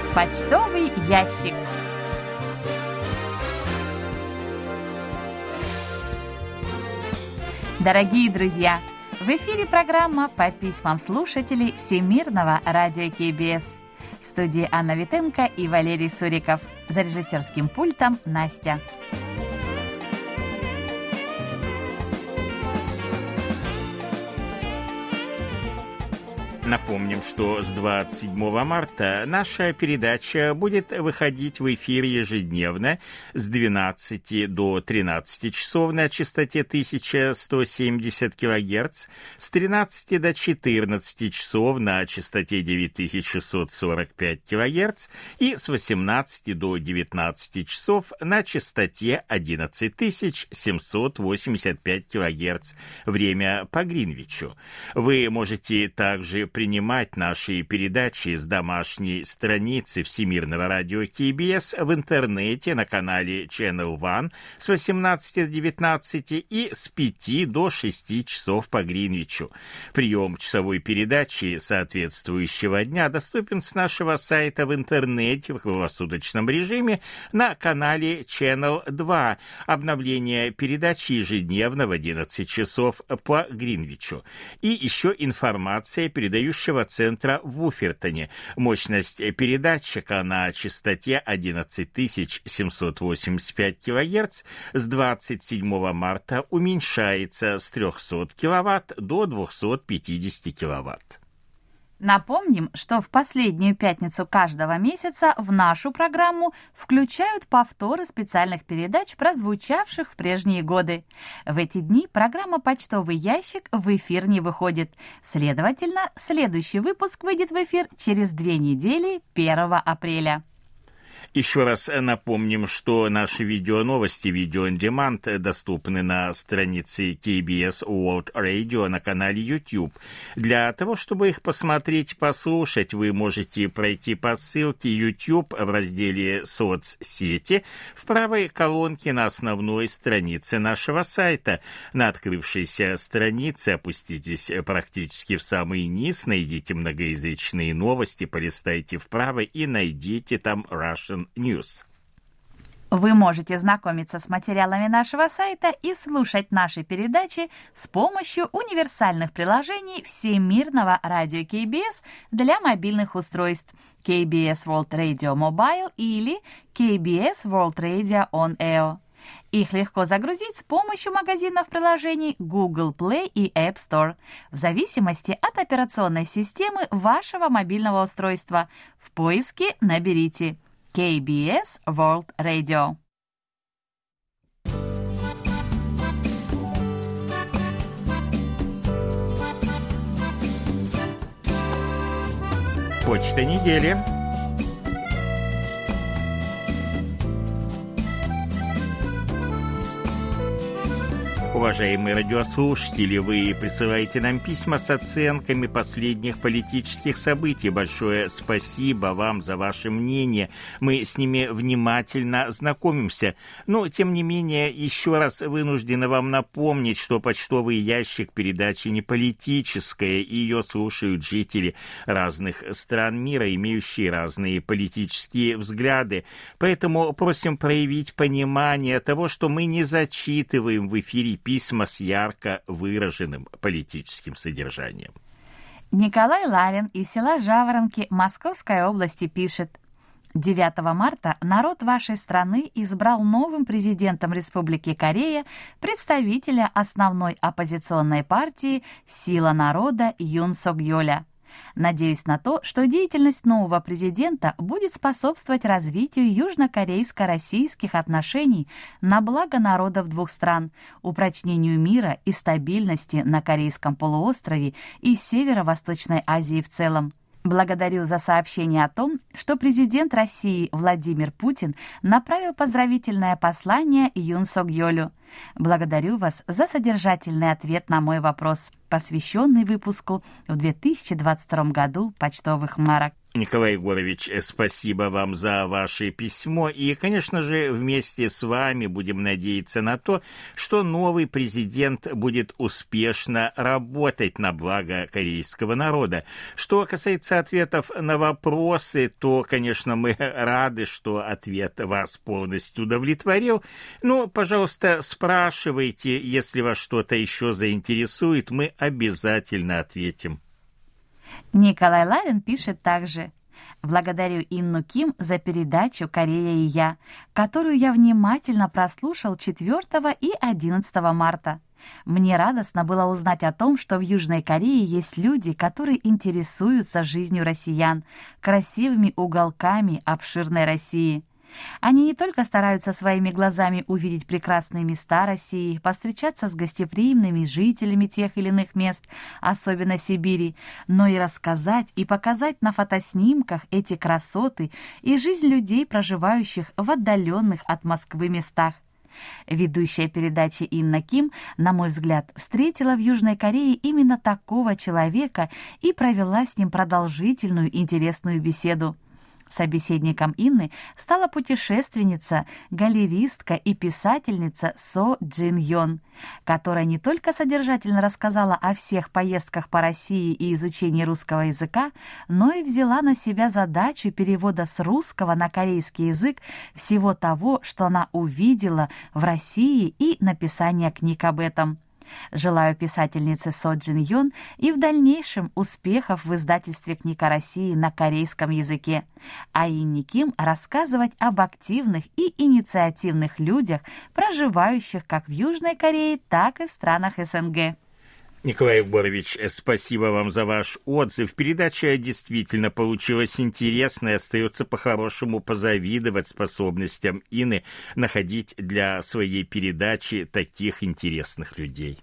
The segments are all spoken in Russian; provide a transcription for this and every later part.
Почтовый ящик. Дорогие друзья, в эфире программа по письмам слушателей Всемирного радио КБС. В студии Анна Витенко и Валерий Суриков. За режиссерским пультом Настя. Напомним, что с 27 марта наша передача будет выходить в эфир ежедневно с 12 до 13 часов на частоте 1170 кГц, с 13 до 14 часов на частоте 9645 кГц и с 18 до 19 часов на частоте 11785 кГц. Время по Гринвичу. Вы можете также принимать наши передачи с домашней страницы Всемирного радио КБС в интернете на канале Channel One с 18 до 19 и с 5 до 6 часов по Гринвичу. Прием часовой передачи соответствующего дня доступен с нашего сайта в интернете в круглосуточном режиме на канале Channel 2. Обновление передачи ежедневно в 11 часов по Гринвичу. И еще информация передающего центра в Уфертоне. Мощность передатчика на частоте 11785 кГц с 27 марта уменьшается с 300 кВт до 250 кВт. Напомним, что в последнюю пятницу каждого месяца в нашу программу включают повторы специальных передач, прозвучавших в прежние годы. В эти дни программа «Почтовый ящик» в эфир не выходит. Следовательно, следующий выпуск выйдет в эфир через 2 недели, 1 апреля. Еще раз напомним, что наши видеоновости, видео-on-demand доступны на странице KBS World Radio на канале YouTube. Для того, чтобы их посмотреть, послушать, вы можете пройти по ссылке YouTube в разделе «Соцсети» в правой колонке на основной странице нашего сайта. На открывшейся странице опуститесь практически в самый низ, найдите многоязычные новости, полистайте вправо и найдите там Russian News. Вы можете знакомиться с материалами нашего сайта и слушать наши передачи с помощью универсальных приложений Всемирного радио КБС для мобильных устройств KBS World Radio Mobile или KBS World Radio On Air. Их легко загрузить с помощью магазинов приложений Google Play и App Store, в зависимости от операционной системы вашего мобильного устройства. В поиске наберите KBS World Radio. Почта недели. Уважаемые радиослушатели, вы присылаете нам письма с оценками последних политических событий. Большое спасибо вам за ваше мнение. Мы с ними внимательно знакомимся. Но, тем не менее, еще раз вынуждены вам напомнить, что почтовый ящик передачи не политическая, и ее слушают жители разных стран мира, имеющие разные политические взгляды. Поэтому просим проявить понимание того, что мы не зачитываем в эфире письма с ярко выраженным политическим содержанием. Николай Ларин из села Жаворонки Московской области пишет: 9 марта народ вашей страны избрал новым президентом Республики Корея представителя основной оппозиционной партии «Сила народа» Юн Сок-йоля. Надеюсь на то, что деятельность нового президента будет способствовать развитию южнокорейско-российских отношений на благо народов двух стран, упрочнению мира и стабильности на Корейском полуострове и Северо-Восточной Азии в целом. Благодарю за сообщение о том, что президент России Владимир Путин направил поздравительное послание Юн Сок-йолю. Благодарю вас за содержательный ответ на мой вопрос, посвященный выпуску в 2022 году почтовых марок. Николай Егорович, спасибо вам за ваше письмо. И, конечно же, вместе с вами будем надеяться на то, что новый президент будет успешно работать на благо корейского народа. Что касается ответов на вопросы, то, конечно, мы рады, что ответ вас полностью удовлетворил. Но, пожалуйста, спрашивайте, если вас что-то еще заинтересует, мы обязательно ответим. Николай Ларин пишет также: «Благодарю Инну Ким за передачу «Корея и я», которую я внимательно прослушал 4 и 11 марта. Мне радостно было узнать о том, что в Южной Корее есть люди, которые интересуются жизнью россиян, красивыми уголками обширной России. Они не только стараются своими глазами увидеть прекрасные места России, повстречаться с гостеприимными жителями тех или иных мест, особенно Сибири, но и рассказать и показать на фотоснимках эти красоты и жизнь людей, проживающих в отдаленных от Москвы местах. Ведущая передачи Инна Ким, на мой взгляд, встретила в Южной Корее именно такого человека и провела с ним продолжительную интересную беседу. Собеседником Инны стала путешественница, галеристка и писательница Со Джин Йон, которая не только содержательно рассказала о всех поездках по России и изучении русского языка, но и взяла на себя задачу перевода с русского на корейский язык всего того, что она увидела в России, и написания книг об этом. Желаю писательнице Со Джин Йон и в дальнейшем успехов в издательстве книг о России на корейском языке, а Инне Ким рассказывать об активных и инициативных людях, проживающих как в Южной Корее, так и в странах СНГ. Николай Егорович, спасибо вам за ваш отзыв. Передача действительно получилась интересной. Остается по-хорошему позавидовать способностям Инны находить для своей передачи таких интересных людей.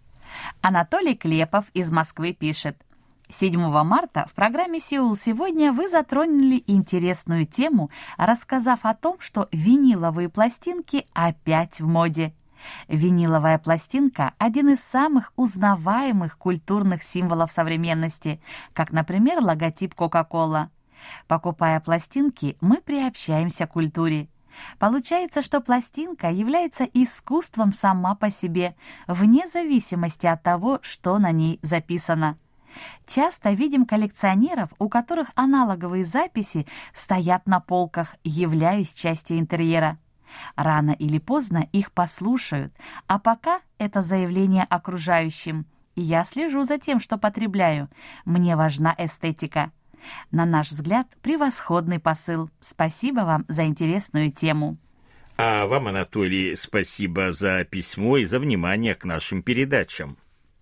Анатолий Клепов из Москвы пишет: 7 марта в программе «Сеул сегодня» вы затронули интересную тему, рассказав о том, что виниловые пластинки опять в моде. Виниловая пластинка – один из самых узнаваемых культурных символов современности, как, например, логотип Coca-Cola. Покупая пластинки, мы приобщаемся к культуре. Получается, что пластинка является искусством сама по себе, вне зависимости от того, что на ней записано. Часто видим коллекционеров, у которых аналоговые записи стоят на полках, являясь частью интерьера. Рано или поздно их послушают, а пока это заявление окружающим. Я слежу за тем, что потребляю. Мне важна эстетика. На наш взгляд, превосходный посыл. Спасибо вам за интересную тему. А вам, Анатолий, спасибо за письмо и за внимание к нашим передачам.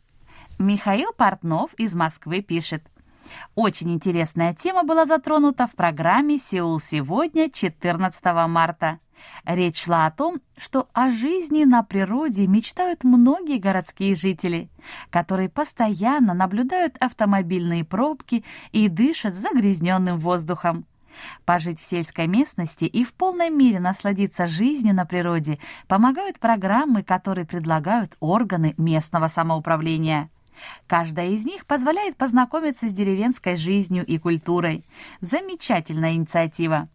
Михаил Портнов из Москвы пишет: очень интересная тема была затронута в программе «Сеул сегодня» 14 марта. Речь шла о том, что о жизни на природе мечтают многие городские жители, которые постоянно наблюдают автомобильные пробки и дышат загрязненным воздухом. Пожить в сельской местности и в полной мере насладиться жизнью на природе помогают программы, которые предлагают органы местного самоуправления. Каждая из них позволяет познакомиться с деревенской жизнью и культурой. Замечательная инициатива.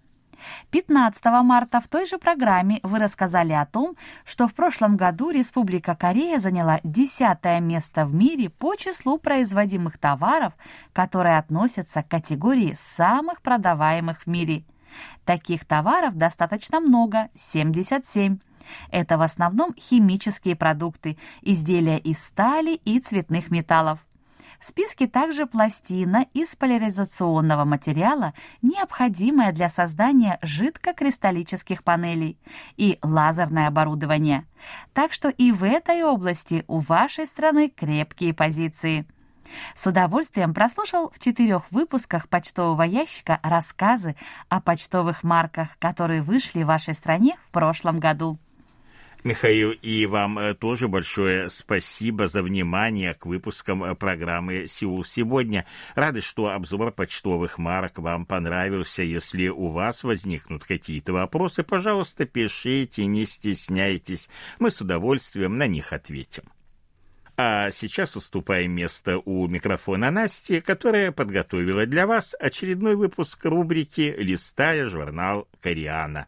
15 марта в той же программе вы рассказали о том, что в прошлом году Республика Корея заняла 10-е место в мире по числу производимых товаров, которые относятся к категории самых продаваемых в мире. Таких товаров достаточно много – 77. Это в основном химические продукты, изделия из стали и цветных металлов. В списке также пластина из поляризационного материала, необходимая для создания жидкокристаллических панелей, и лазерное оборудование. Так что и в этой области у вашей страны крепкие позиции. С удовольствием прослушал в 4 выпусках почтового ящика рассказы о почтовых марках, которые вышли в вашей стране в прошлом году. Михаил, и вам тоже большое спасибо за внимание к выпускам программы «Сеул сегодня». Рады, что обзор почтовых марок вам понравился. Если у вас возникнут какие-то вопросы, пожалуйста, пишите, не стесняйтесь. Мы с удовольствием на них ответим. А сейчас уступаем место у микрофона Насти, которая подготовила для вас очередной выпуск рубрики «Листая журнал Кореяна».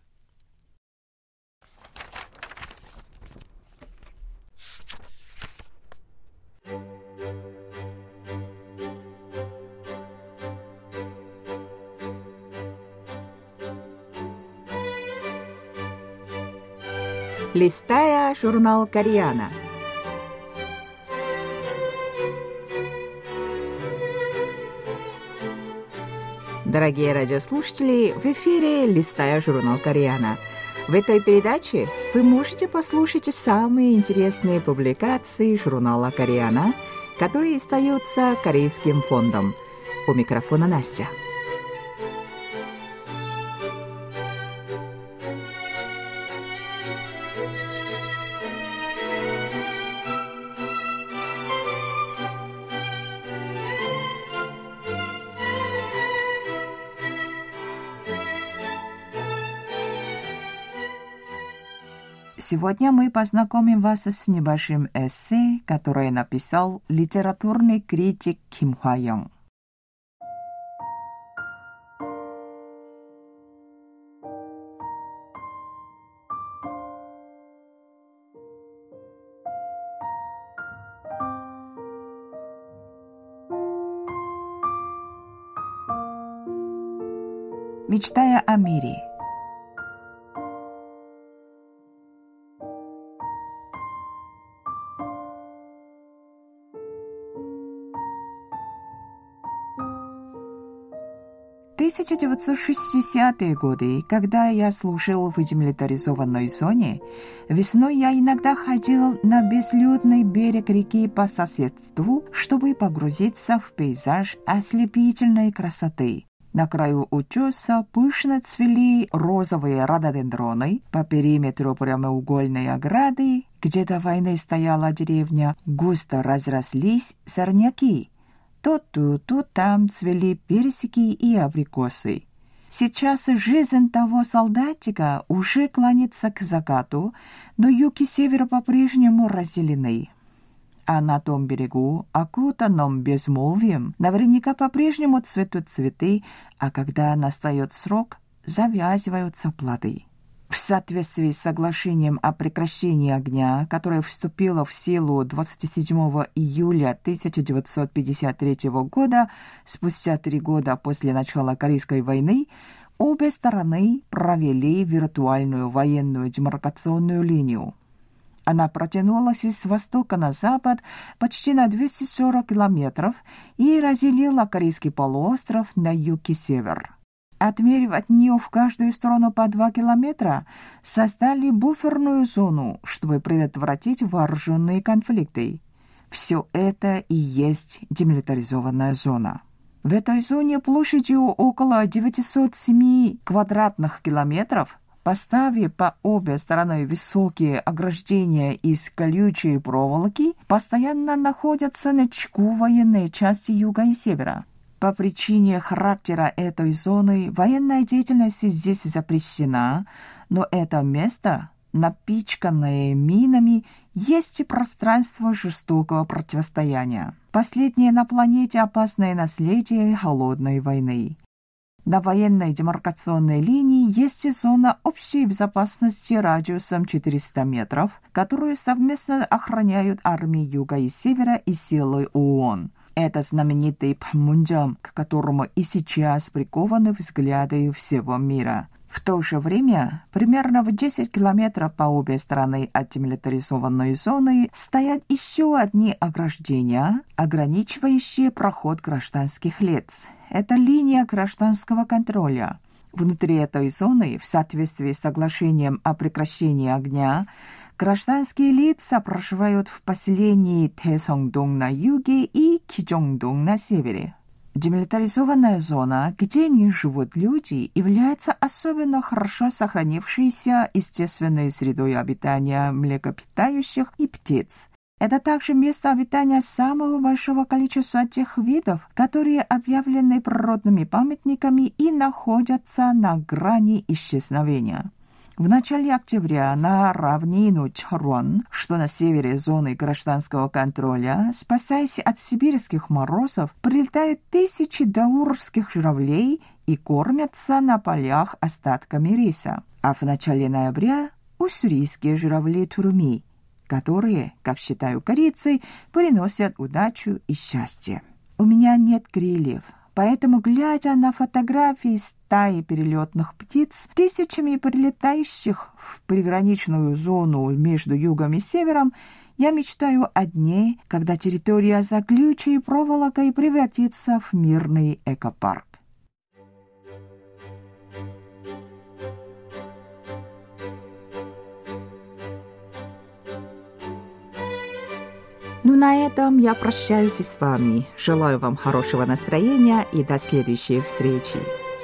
Листая журнал Кореяна. Дорогие радиослушатели, в эфире «Листая журнал Кореяна». В этой передаче вы можете послушать самые интересные публикации журнала Кореяна, которые издаются Корейским фондом. У микрофона Настя. Сегодня мы познакомим вас с небольшим эссе, которое написал литературный критик Ким Хва-영. Мечтая о мире. В 1960-е годы, когда я служил в демилитаризованной зоне, весной я иногда ходил на безлюдный берег реки по соседству, чтобы погрузиться в пейзаж ослепительной красоты. На краю утеса пышно цвели розовые рододендроны, по периметру прямоугольной ограды, где до войны стояла деревня, густо разрослись сорняки. То тут, то там цвели персики и абрикосы. Сейчас жизнь того солдатика уже клонится к закату, но юг и север по-прежнему разделены. А на том берегу, окутанном безмолвием, наверняка по-прежнему цветут цветы, а когда настает срок, завязываются плоды. В соответствии с соглашением о прекращении огня, которое вступило в силу 27 июля 1953 года, спустя 3 года после начала Корейской войны, обе стороны провели виртуальную военную демаркационную линию. Она протянулась с востока на запад почти на 240 километров и разделила Корейский полуостров на юг и север. Отмерив от нее в каждую сторону по 2 километра, создали буферную зону, чтобы предотвратить вооруженные конфликты. Все это и есть демилитаризованная зона. В этой зоне площадью около 907 квадратных километров, поставив по обе стороны высокие ограждения из колючей проволоки, постоянно находятся на чеку военные части юга и севера. По причине характера этой зоны военная деятельность здесь запрещена, но это место, напичканное минами, есть и пространство жестокого противостояния. Последнее на планете опасное наследие холодной войны. На военной демаркационной линии есть и зона общей безопасности радиусом 400 метров, которую совместно охраняют армии Юга и Севера и силы ООН. Это знаменитый Панмунджом, к которому и сейчас прикованы взгляды всего мира. В то же время, примерно в 10 километров по обе стороны от демилитаризованной зоны стоят еще одни ограждения, ограничивающие проход гражданских лиц. Это линия гражданского контроля. Внутри этой зоны, в соответствии с соглашением о прекращении огня, гражданские лица проживают в поселении Таесongdong на юге и Kijongdong на севере. Демилитаризованная зона, где не живут люди, является особенно хорошо сохранившейся естественной средой обитания млекопитающих и птиц. Это также место обитания самого большого количества тех видов, которые объявлены природными памятниками и находятся на грани исчезновения. В начале октября на равнину Чхорон, что на севере зоны гражданского контроля, спасаясь от сибирских морозов, прилетают тысячи даурских журавлей и кормятся на полях остатками риса. А в начале ноября уссурийские журавли Туруми, которые, как считаю корейцы, приносят удачу и счастье. У меня нет крыльев, поэтому, глядя на фотографии стаи перелетных птиц, тысячами прилетающих в приграничную зону между югом и севером, я мечтаю о дне, когда территория за колючей проволокой превратится в мирный экопарк. Ну, на этом я прощаюсь с вами. Желаю вам хорошего настроения и до следующей встречи.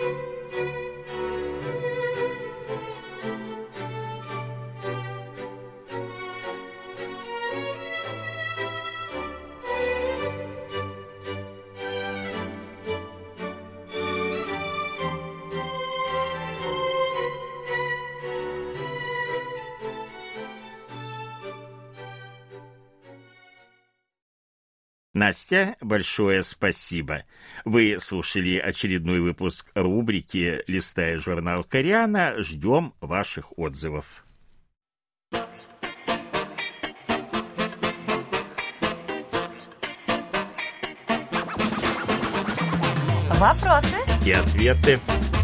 Настя, большое спасибо. Вы слушали очередной выпуск рубрики «Листая журнал Кореяна». Ждем ваших отзывов. Вопросы и ответы.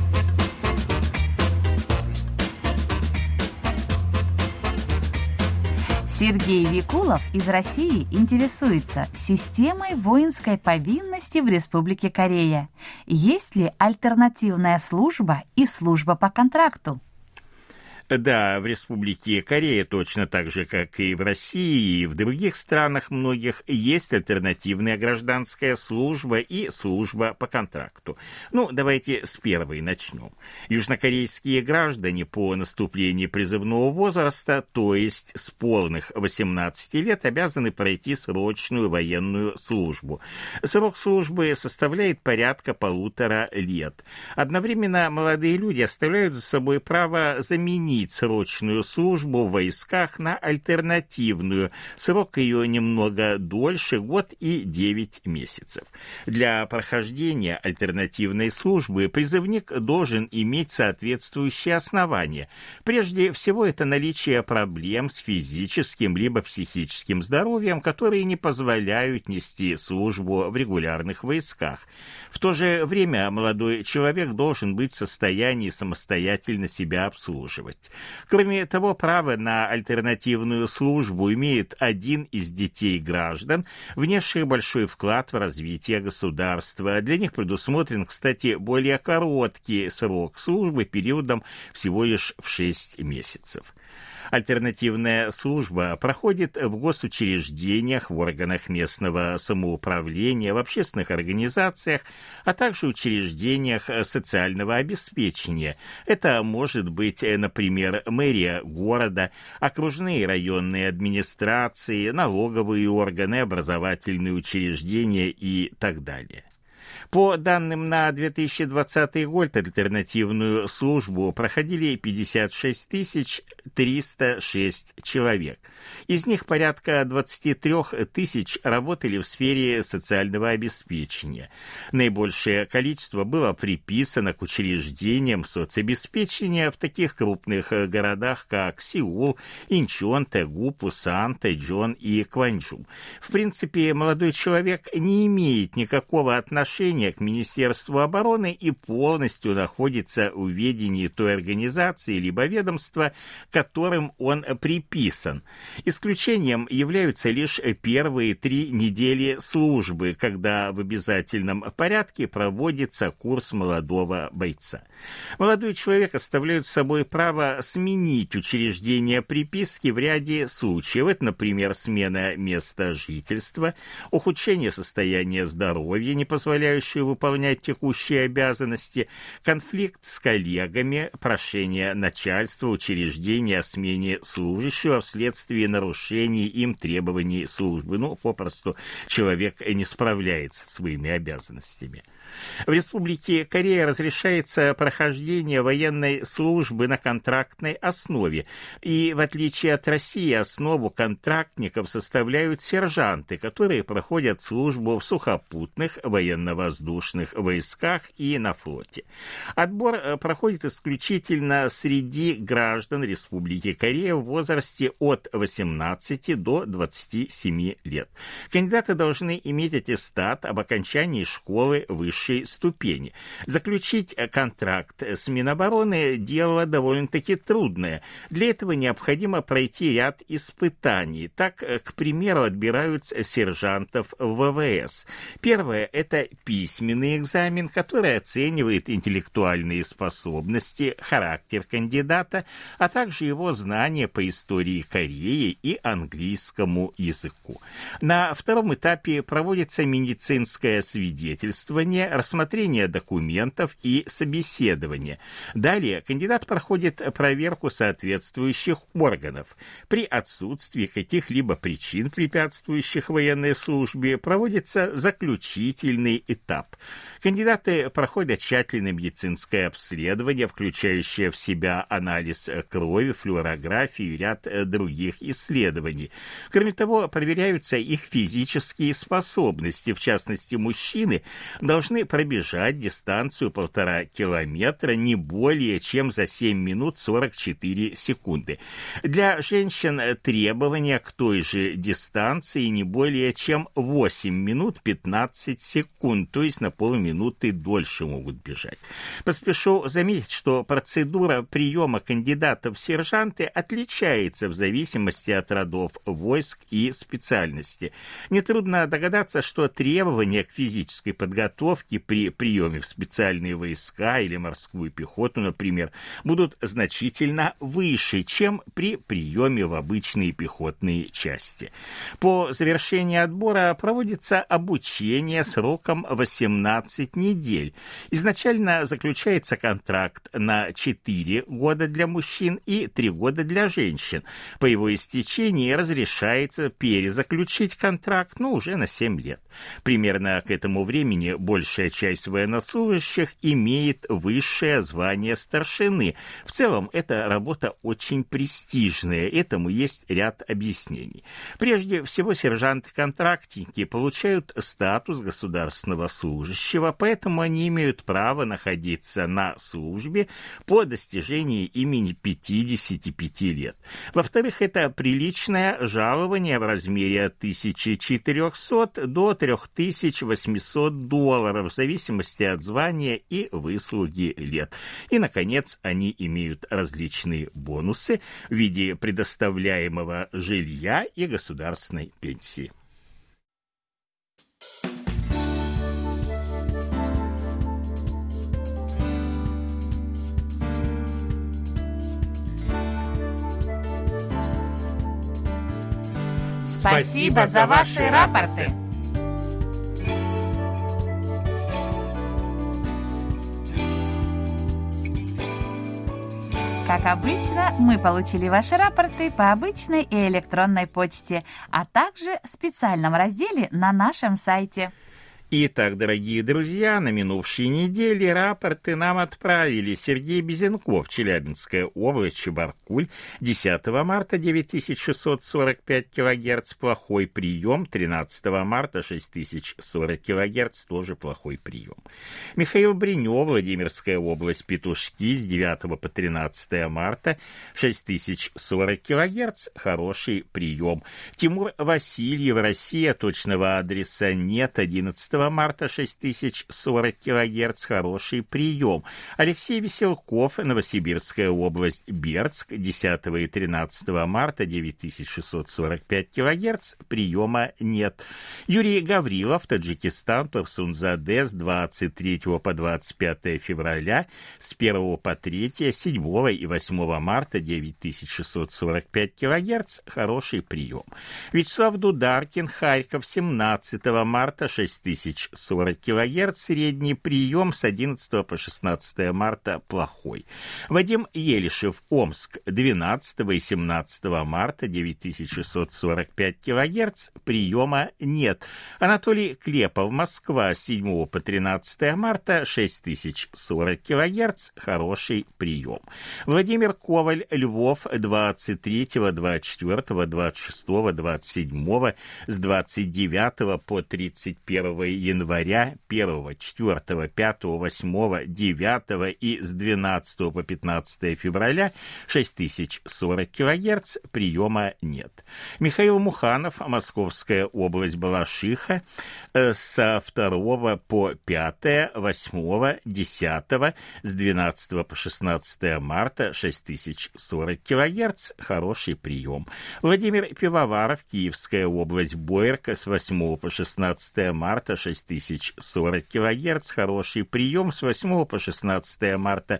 Сергей Викулов из России интересуется системой воинской повинности в Республике Корея. Есть ли альтернативная служба и служба по контракту? Да, в Республике Корея, точно так же, как и в России и в других странах многих, есть альтернативная гражданская служба и служба по контракту. Ну, давайте с первой начнем. Южнокорейские граждане по наступлении призывного возраста, то есть с полных 18 лет, обязаны пройти срочную военную службу. Срок службы составляет порядка 1,5 лет. Одновременно молодые люди оставляют за собой право заменить срочную службу в войсках на альтернативную. Срок ее немного дольше, 1 год и 9 месяцев. Для прохождения альтернативной службы призывник должен иметь соответствующие основания. Прежде всего, это наличие проблем с физическим либо психическим здоровьем, которые не позволяют нести службу в регулярных войсках. В то же время молодой человек должен быть в состоянии самостоятельно себя обслуживать. Кроме того, право на альтернативную службу имеет один из детей граждан, внесших большой вклад в развитие государства. Для них предусмотрен, кстати, более короткий срок службы периодом всего лишь в 6 месяцев. Альтернативная служба проходит в госучреждениях, в органах местного самоуправления, в общественных организациях, а также учреждениях социального обеспечения. Это может быть, например, мэрия города, окружные районные администрации, налоговые органы, образовательные учреждения и так далее. По данным на 2020 год, альтернативную службу проходили 56 306 человек. Из них порядка 23 тысяч работали в сфере социального обеспечения. Наибольшее количество было приписано к учреждениям соцобеспечения в таких крупных городах, как Сеул, Инчон, Тэгу, Пусан, Тэджон и Кванджу. В принципе, молодой человек не имеет никакого отношения к Министерству обороны и полностью находится в ведении той организации либо ведомства, которым он приписан. Исключением являются лишь первые 3 недели службы, когда в обязательном порядке проводится курс молодого бойца. Молодой человек оставляет с собой право сменить учреждение приписки в ряде случаев. Это, например, смена места жительства, ухудшение состояния здоровья, не позволяющее выполнять текущие обязанности, конфликт с коллегами, прошение начальства учреждения о смене служащего вследствие вследствие нарушений им требований службы. Попросту человек не справляется со своими обязанностями. В Республике Корея разрешается прохождение военной службы на контрактной основе. И, в отличие от России, основу контрактников составляют сержанты, которые проходят службу в сухопутных военно-воздушных войсках и на флоте. Отбор проходит исключительно среди граждан Республики Корея в возрасте от 18 до 27 лет. Кандидаты должны иметь аттестат об окончании школы высшей ступени. Заключить контракт с Минобороны – дело довольно-таки трудное. Для этого необходимо пройти ряд испытаний. Так, к примеру, отбирают сержантов в ВВС. Первое – это письменный экзамен, который оценивает интеллектуальные способности, характер кандидата, а также его знания по истории Кореи и английскому языку. На втором этапе проводится медицинское свидетельствование, рассмотрение документов и собеседование. Далее кандидат проходит проверку соответствующих органов. При отсутствии каких-либо причин, препятствующих военной службе, проводится заключительный этап. Кандидаты проходят тщательное медицинское обследование, включающее в себя анализ крови, флюорографию и ряд других исследований. Кроме того, проверяются их физические способности. В частности, мужчины должны пробежать дистанцию 1,5 километра не более чем за 7 минут 44 секунды. Для женщин требования к той же дистанции не более чем 8 минут 15 секунд, то есть на полминуты дольше могут бежать. Поспешу заметить, что процедура приема кандидатов в сержанты отличается в зависимости от родов войск и специальности. Нетрудно догадаться, что требования к физической подготовке при приеме в специальные войска или морскую пехоту, например, будут значительно выше, чем при приеме в обычные пехотные части. По завершении отбора проводится обучение сроком 18 недель. Изначально заключается контракт на 4 года для мужчин и 3 года для женщин. По его истечении разрешается перезаключить контракт, но уже на 7 лет. Примерно к этому времени большая часть военнослужащих имеет высшее звание старшины. В целом, эта работа очень престижная. Этому есть ряд объяснений. Прежде всего, сержанты-контрактники получают статус государственного служащего, поэтому они имеют право находиться на службе по достижении имени 55 лет. Во-вторых, это приличное жалование в размере от 1400 до 3800 долларов в зависимости от звания и выслуги лет. И, наконец, они имеют различные бонусы в виде предоставляемого жилья и государственной пенсии. Спасибо за ваши рапорты. Как обычно, мы получили ваши рапорты по обычной и электронной почте, а также в специальном разделе на нашем сайте. Итак, дорогие друзья, на минувшей неделе рапорты нам отправили Сергей Безенков, Челябинская область, Чебаркуль, 10 марта 9645 кГц, плохой прием, 13 марта 6040 кГц, тоже плохой прием. Михаил Бринев, Владимирская область, Петушки, с 9 по 13 марта 6040 кГц, хороший прием. Тимур Васильев, Россия, точного адреса нет, 11 марта 6040 кГц, хороший прием. Алексей Веселков, Новосибирская область, Бердск, 10 и 13 марта 9645 кГц, приема нет. Юрий Гаврилов, Таджикистан, Турсунзаде, с 23 по 25 февраля, с 1 по 3, 7 и 8 марта 9645 кГц, хороший прием. Вячеслав Дударкин, Харьков, 17 марта 6040 6040 кГц, средний прием с 11 по 16 марта плохой. Вадим Елишев, Омск, 12 и 17 марта 9645 кГц, приема нет. Анатолий Клепов, Москва, 7 по 13 марта 6040 кГц, хороший прием. Владимир Коваль, Львов, 23, 24, 26, 27, с 29 по 31 января, 1, 4, 5, 8, 9 и с 12 по 15 февраля 6040 кГц, приема нет. Михаил Муханов, Московская область, Балашиха, со 2 по 5, 8, 10, с 12 по 16 марта 6040 кГц, хороший прием. Владимир Пивоваров, Киевская область, Боярка, с 8 по 16 марта 6040 кГц, хороший прием. С 8 по 16 марта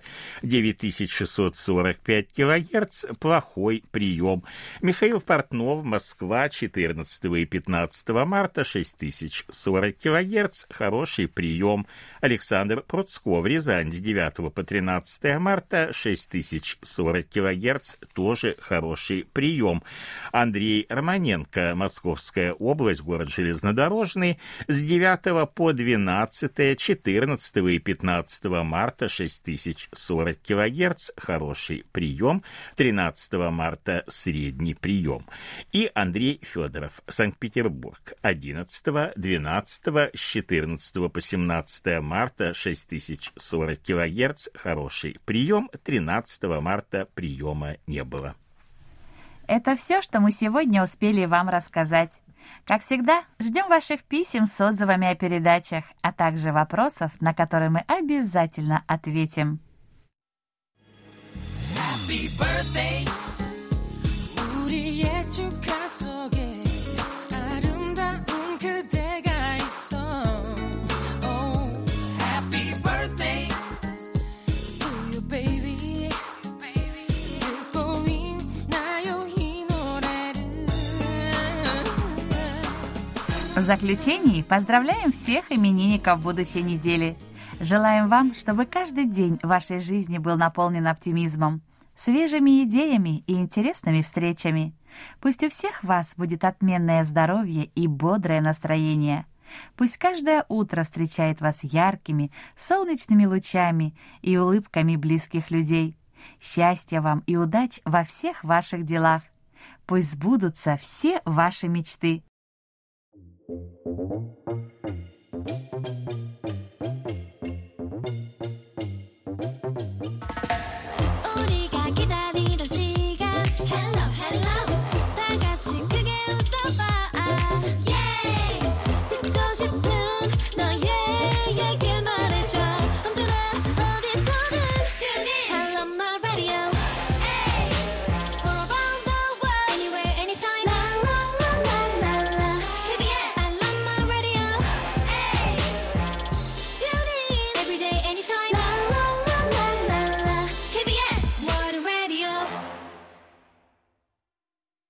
9645 кГц, плохой прием. Михаил Портнов, Москва, 14 и 15 марта 6040 кГц, хороший прием. Александр Пруцков, Рязань, с 9 по 13 марта 6040 кГц, тоже хороший прием. Андрей Романенко, Московская область, город Железнодорожный, с 9 по 12, 14 и 15 марта 6040 кГц, хороший прием. 13 марта средний прием. И Андрей Федоров, Санкт-Петербург, 11, 12, с 14 по 17 марта 6040 кГц, хороший прием. 13 марта приема не было. Это все, что мы сегодня успели вам рассказать. Как всегда, ждем ваших писем с отзывами о передачах, а также вопросов, на которые мы обязательно ответим. Happy birthday, 우리의 축하 속에 아름다운 그대가 있어. Oh, happy birthday to you, baby. 듣고 있나요 이 노래를? В заключении поздравляем всех именинников будущей недели. Желаем вам, чтобы каждый день вашей жизни был наполнен оптимизмом, свежими идеями и интересными встречами. Пусть у всех вас будет отменное здоровье и бодрое настроение. Пусть каждое утро встречает вас яркими, солнечными лучами и улыбками близких людей. Счастья вам и удач во всех ваших делах. Пусть сбудутся все ваши мечты.